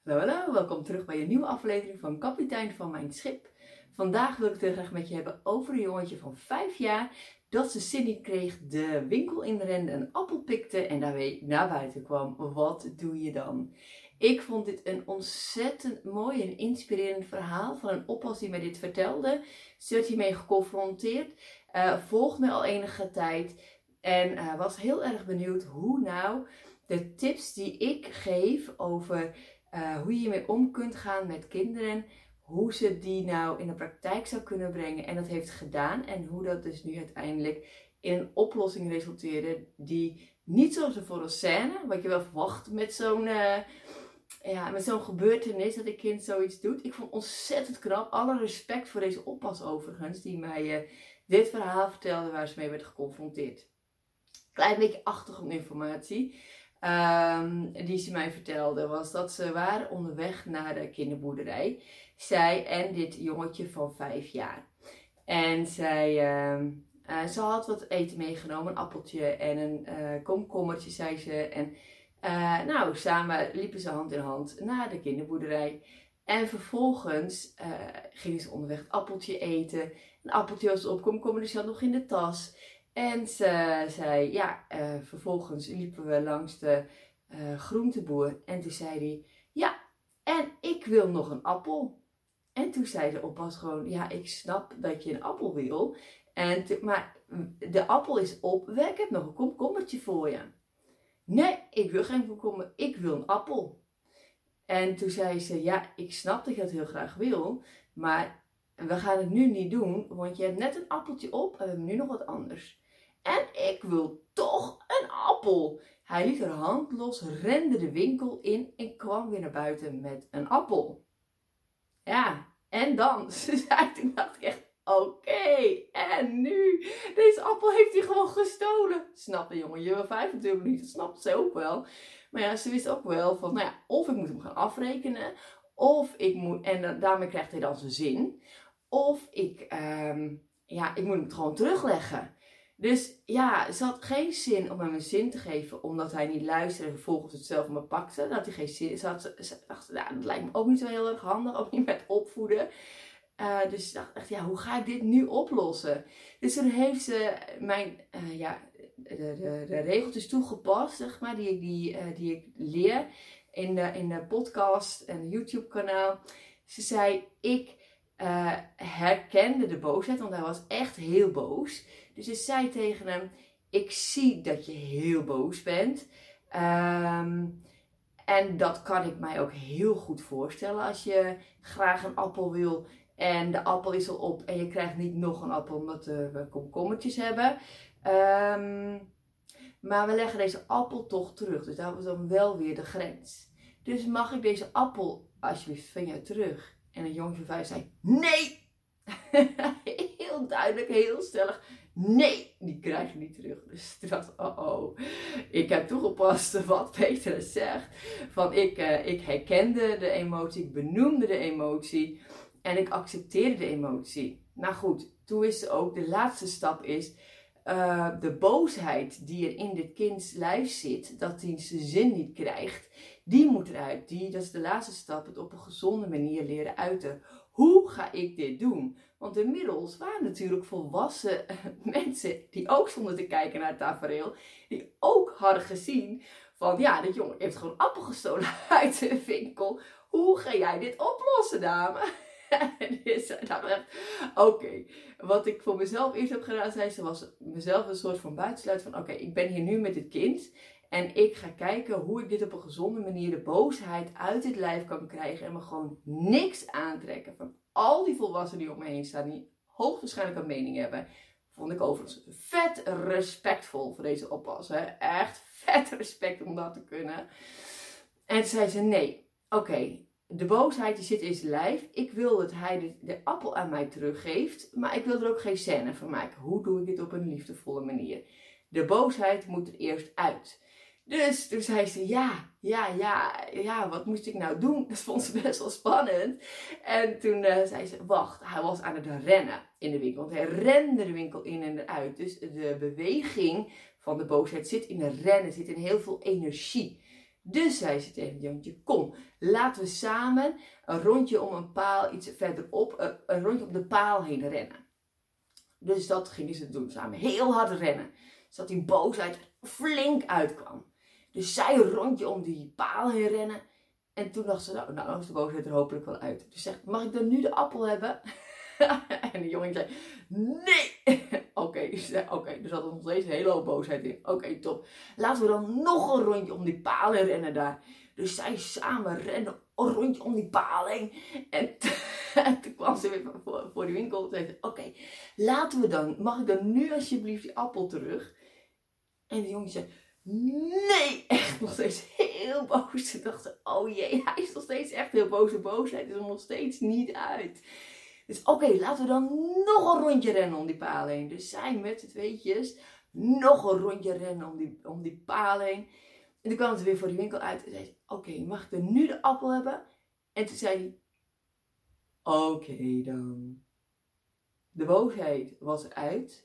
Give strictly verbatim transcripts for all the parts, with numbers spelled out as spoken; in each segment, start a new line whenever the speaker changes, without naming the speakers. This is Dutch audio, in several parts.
Hallo, hallo, welkom terug bij een nieuwe aflevering van Kapitein van Mijn Schip. Vandaag wil ik het graag met je hebben over een jongetje van vijf jaar dat zijn zin niet kreeg, de winkel inrende, een appel pikte en daarmee naar buiten kwam. Wat doe je dan? Ik vond dit een ontzettend mooi en inspirerend verhaal van een oppas die mij dit vertelde. Ze werd hiermee geconfronteerd, uh, volgt mij al enige tijd en uh, was heel erg benieuwd hoe nou de tips die ik geef over Uh, hoe je hiermee om kunt gaan met kinderen, hoe ze die nou in de praktijk zou kunnen brengen en dat heeft gedaan en hoe dat dus nu uiteindelijk in een oplossing resulteerde die niet zoals een voor een scène, wat je wel verwacht met zo'n uh, ja, met zo'n gebeurtenis dat een kind zoiets doet. Ik vond het ontzettend knap, alle respect voor deze oppas overigens die mij uh, dit verhaal vertelde waar ze mee werd geconfronteerd. Klein beetje achtergrondinformatie. Um, die ze mij vertelde was dat ze waren onderweg naar de kinderboerderij. Zij en dit jongetje van vijf jaar. En zij, uh, uh, ze had wat eten meegenomen, een appeltje en een uh, komkommertje, zei ze. En uh, nou, samen liepen ze hand in hand naar de kinderboerderij. En vervolgens uh, gingen ze onderweg het appeltje eten. Een appeltje was op, komkommer die zat nog in de tas. En ze zei, ja, uh, vervolgens liepen we langs de uh, groenteboer. En toen zei hij, ja, en ik wil nog een appel. En toen zei de oppas gewoon, ja, ik snap dat je een appel wil. En te, maar de appel is op, ik heb nog een komkommertje voor je. Nee, ik wil geen komkommer, ik wil een appel. En toen zei ze, ja, ik snap dat je dat heel graag wil, maar we gaan het nu niet doen, want je hebt net een appeltje op en we hebben nu nog wat anders. En ik wil toch een appel. Hij liet haar hand los, rende de winkel in en kwam weer naar buiten met een appel. Ja, en dan, ze zei, toen dacht ik echt, oké, okay, en nu? Deze appel heeft hij gewoon gestolen. Snap de jongen, je wil vijf natuurlijk niet, dat snapt ze ook wel. Maar ja, ze wist ook wel van, nou ja, of ik moet hem gaan afrekenen, of ik moet, en daarmee krijgt hij dan zijn zin, of ik, um, ja, ik moet hem gewoon terugleggen. Dus ja, ze had geen zin om hem een zin te geven, omdat hij niet luisterde en vervolgens het zelf me pakte. Dan had hij geen zin. Ze, had, ze dacht, nou, dat lijkt me ook niet zo heel erg handig, ook niet met opvoeden. Uh, dus ze dacht echt, ja, hoe ga ik dit nu oplossen? Dus toen heeft ze mijn, uh, ja, de, de, de regeltjes toegepast, zeg maar, die ik, die, uh, die ik leer in de, in de podcast en YouTube kanaal. Ze zei, ik uh, herkende de boosheid, want hij was echt heel boos. Dus ze zei tegen hem, ik zie dat je heel boos bent. Um, en dat kan ik mij ook heel goed voorstellen als je graag een appel wil. En de appel is al op en je krijgt niet nog een appel omdat we komkommertjes hebben. Um, maar we leggen deze appel toch terug. Dus daar was dan wel weer de grens. Dus mag ik deze appel alsjeblieft van jou terug? En een jongetje van vijf zei, nee! Heel duidelijk, heel stellig. Nee, die krijg je niet terug. Dus toen dacht ik, oh oh. Ik heb toegepast wat Petra zegt. Van ik, uh, ik herkende de emotie, ik benoemde de emotie. En ik accepteerde de emotie. Nou goed, toen is ook, de laatste stap is, uh, de boosheid die er in dit kinds lijf zit, dat hij zijn zin niet krijgt, die moet eruit. Die, dat is de laatste stap, het op een gezonde manier leren uiten. Hoe ga ik dit doen? Want inmiddels waren natuurlijk volwassen mensen die ook stonden te kijken naar het tafereel. Die ook hadden gezien van, ja, dit jongen heeft gewoon appel gestolen uit de winkel. Hoe ga jij dit oplossen, dame? Dus ik dacht echt, oké. Okay. Wat ik voor mezelf eerst heb gedaan, zei ze, was mezelf een soort van buitensluit van, oké, okay, ik ben hier nu met dit kind. En ik ga kijken hoe ik dit op een gezonde manier, de boosheid uit het lijf kan krijgen. En me gewoon niks aantrekken van al die volwassenen die om me heen staan. Die hoogstwaarschijnlijk een mening hebben. Vond ik overigens vet respectvol voor deze oppas. Hè? Echt vet respect om dat te kunnen. En toen zei ze, nee, oké. Okay, de boosheid die zit in zijn lijf. Ik wil dat hij de, de appel aan mij teruggeeft. Maar ik wil er ook geen scène van maken. Hoe doe ik dit op een liefdevolle manier? De boosheid moet er eerst uit. Dus toen zei ze, ja, ja, ja, ja, wat moest ik nou doen? Dat vond ze best wel spannend. En toen uh, zei ze, wacht, hij was aan het rennen in de winkel. Want hij rende de winkel in en eruit. Dus de beweging van de boosheid zit in het rennen, zit in heel veel energie. Dus zei ze tegen het jongetje, kom, laten we samen een rondje om een paal, iets verderop, een rondje om de paal heen rennen. Dus dat gingen ze doen samen, heel hard rennen. Zodat die boosheid flink uitkwam. Dus zij een rondje om die paal heen rennen. En toen dacht ze, nou, nou is de boosheid er hopelijk wel uit. Dus zegt, mag ik dan nu de appel hebben? En de jongen zei, nee! Oké, okay, oké, okay, er zat nog steeds een hele hoop boosheid in. Oké, okay, top. Laten we dan nog een rondje om die paal heen rennen daar. Dus zij samen rennen een rondje om die paal heen. En, en toen kwam ze weer voor, voor die winkel. En zei, oké, okay, laten we dan, mag ik dan nu alsjeblieft die appel terug? En de jongen zei, nee! Echt nog steeds heel boos. Ze dacht, oh jee, hij is nog steeds echt heel boos. De boosheid is er nog steeds niet uit. Dus oké, okay, laten we dan nog een rondje rennen om die paal heen. Dus zij met z'n tweetjes nog een rondje rennen om die, om die paal heen. En toen kwam ze weer voor die winkel uit en zei ze, oké, okay, mag ik er nu de appel hebben? En toen zei hij, oké okay, dan. De boosheid was eruit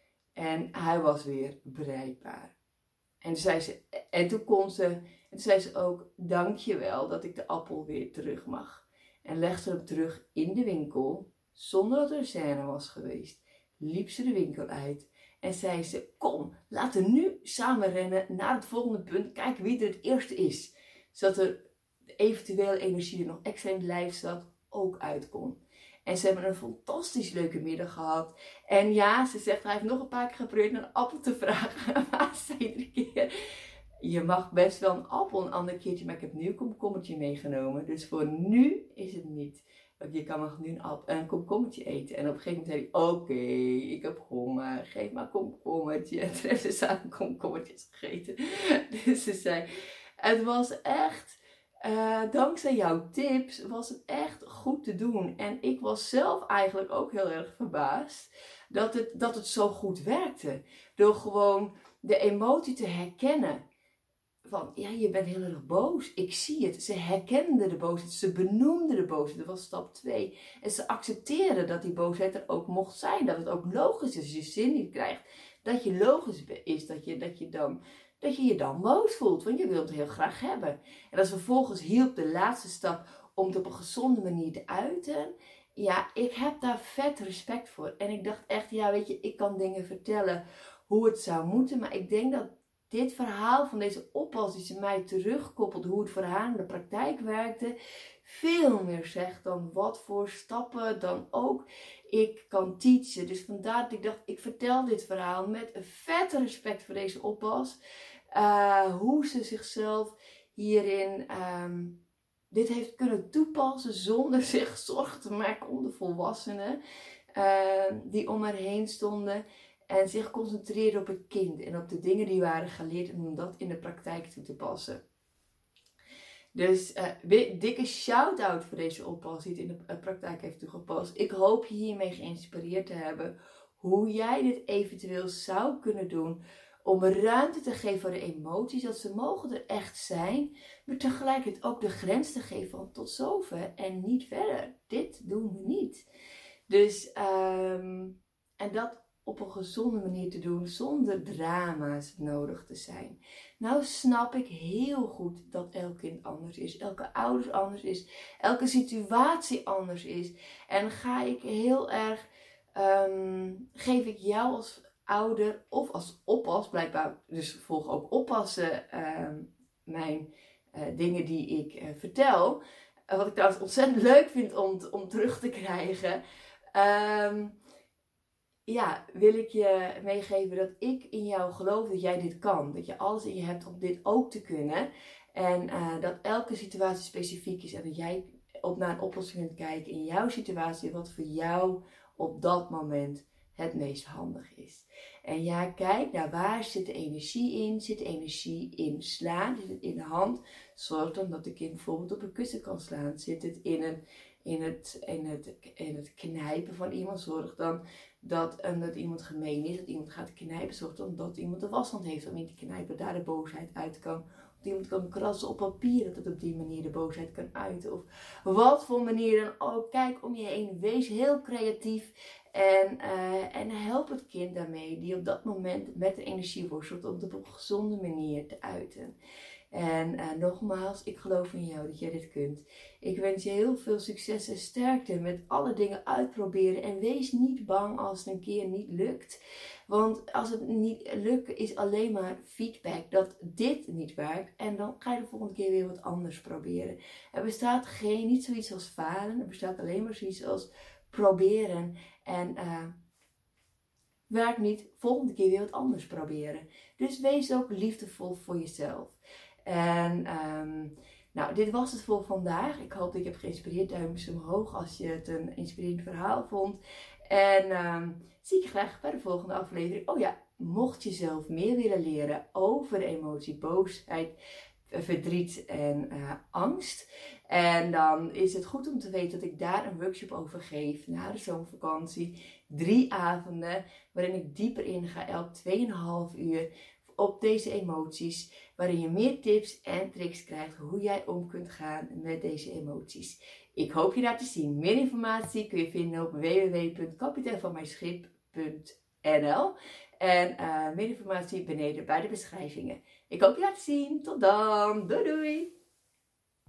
en hij was weer bereikbaar. En toen zei ze, en toen kon ze, en toen zei ze ook, dankjewel dat ik de appel weer terug mag. En legde ze hem terug in de winkel, zonder dat er een scène was geweest. Liep ze de winkel uit en zei ze, kom, laten we nu samen rennen naar het volgende punt. Kijk wie er het eerste is. Zodat er de eventuele energie die nog extra in het lijf zat, ook uit kon. En ze hebben een fantastisch leuke middag gehad. En ja, ze zegt, hij heeft nog een paar keer geprobeerd naar een appel te vragen. Maar ze zei iedere keer, je mag best wel een appel een ander keertje, maar ik heb nu een komkommertje meegenomen. Dus voor nu is het niet. Je kan nog nu een, appel, een komkommertje eten. En op een gegeven moment zei hij, oké, okay, ik heb honger. Geef maar een komkommertje. En toen heeft ze samen komkommertjes gegeten. Dus ze zei, het was echt... Uh, dankzij jouw tips was het echt goed te doen. En ik was zelf eigenlijk ook heel erg verbaasd dat het, dat het zo goed werkte. Door gewoon de emotie te herkennen. Van, ja, je bent heel erg boos. Ik zie het. Ze herkende de boosheid. Ze benoemde de boosheid. Dat was stap twee. En ze accepteerde dat die boosheid er ook mocht zijn. Dat het ook logisch is als je zin niet krijgt. Dat je logisch is. Dat je, dat je dan... dat je je dan boos voelt, want je wilt het heel graag hebben. En als vervolgens hielp de laatste stap om het op een gezonde manier te uiten, ja, ik heb daar vet respect voor. En ik dacht echt, ja, weet je, ik kan dingen vertellen hoe het zou moeten, maar ik denk dat dit verhaal van deze oppas die ze mij terugkoppelt, hoe het voor haar in de praktijk werkte, veel meer zegt dan wat voor stappen dan ook ik kan teachen. Dus vandaar dat ik dacht, ik vertel dit verhaal met een vet respect voor deze oppas. Uh, hoe ze zichzelf hierin um, dit heeft kunnen toepassen zonder zich zorgen te maken om de volwassenen uh, die om haar heen stonden. En zich concentreerden op het kind en op de dingen die waren geleerd en om dat in de praktijk toe te passen. Dus uh, dikke shout-out voor deze oppas die het in de praktijk heeft toegepast. Ik hoop je hiermee geïnspireerd te hebben hoe jij dit eventueel zou kunnen doen om ruimte te geven voor de emoties, dat ze mogen er echt zijn, maar tegelijkertijd ook de grens te geven van tot zover en niet verder. Dit doen we niet. Dus, um, en dat op een gezonde manier te doen, zonder drama's nodig te zijn. Nou snap ik heel goed dat elk kind anders is, elke ouder anders is, elke situatie anders is. En ga ik heel erg, um, geef ik jou als ouder of als oppas, blijkbaar, dus volg ook oppassen, uh, mijn uh, dingen die ik uh, vertel. Uh, wat ik trouwens ontzettend leuk vind om, om terug te krijgen. Um, ja, wil ik je meegeven dat ik in jou geloof dat jij dit kan. Dat je alles in je hebt om dit ook te kunnen. En uh, dat elke situatie specifiek is. En dat jij op naar een oplossing kunt kijken in jouw situatie. Wat voor jou op dat moment het meest handig is. En ja, kijk naar waar zit de energie in. Zit de energie in slaan? Zit het in de hand? Zorg dan dat de kind bijvoorbeeld op een kussen kan slaan. Zit het in, een, in, het, in, het, in het knijpen van iemand? Zorg dan dat, um, dat iemand gemeen is. Dat iemand gaat knijpen. Zorg dan dat iemand de washand heeft om in te knijpen. Daar de boosheid uit kan. Dat iemand kan krassen op papier. Dat het op die manier de boosheid kan uiten. Of wat voor manier dan ook. Kijk om je heen. Wees heel creatief. En, uh, en help het kind daarmee die op dat moment met de energie worstelt om het op een gezonde manier te uiten. En uh, nogmaals, ik geloof in jou dat jij dit kunt. Ik wens je heel veel succes en sterkte met alle dingen uitproberen. En wees niet bang als het een keer niet lukt. Want als het niet lukt is alleen maar feedback dat dit niet werkt. En dan ga je de volgende keer weer wat anders proberen. Er bestaat geen, niet zoiets als falen. Er bestaat alleen maar zoiets als proberen. En uh, werkt niet, volgende keer weer wat anders proberen. Dus wees ook liefdevol voor jezelf. En um, nou, dit was het voor vandaag. Ik hoop dat ik heb geïnspireerd. Duimpjes omhoog als je het een inspirerend verhaal vond. En um, zie ik je graag bij de volgende aflevering. Oh ja, mocht je zelf meer willen leren over de emotie boosheid, verdriet en uh, angst. En dan is het goed om te weten dat ik daar een workshop over geef na de zomervakantie. Drie avonden waarin ik dieper inga, elk twee komma vijf uur op deze emoties. Waarin je meer tips en tricks krijgt hoe jij om kunt gaan met deze emoties. Ik hoop je daar te zien. Meer informatie kun je vinden op w w w punt kapiteinvanmijnschip punt n l. En uh, meer informatie beneden bij de beschrijvingen. Ik hoop je daar te zien. Tot dan. Doei doei.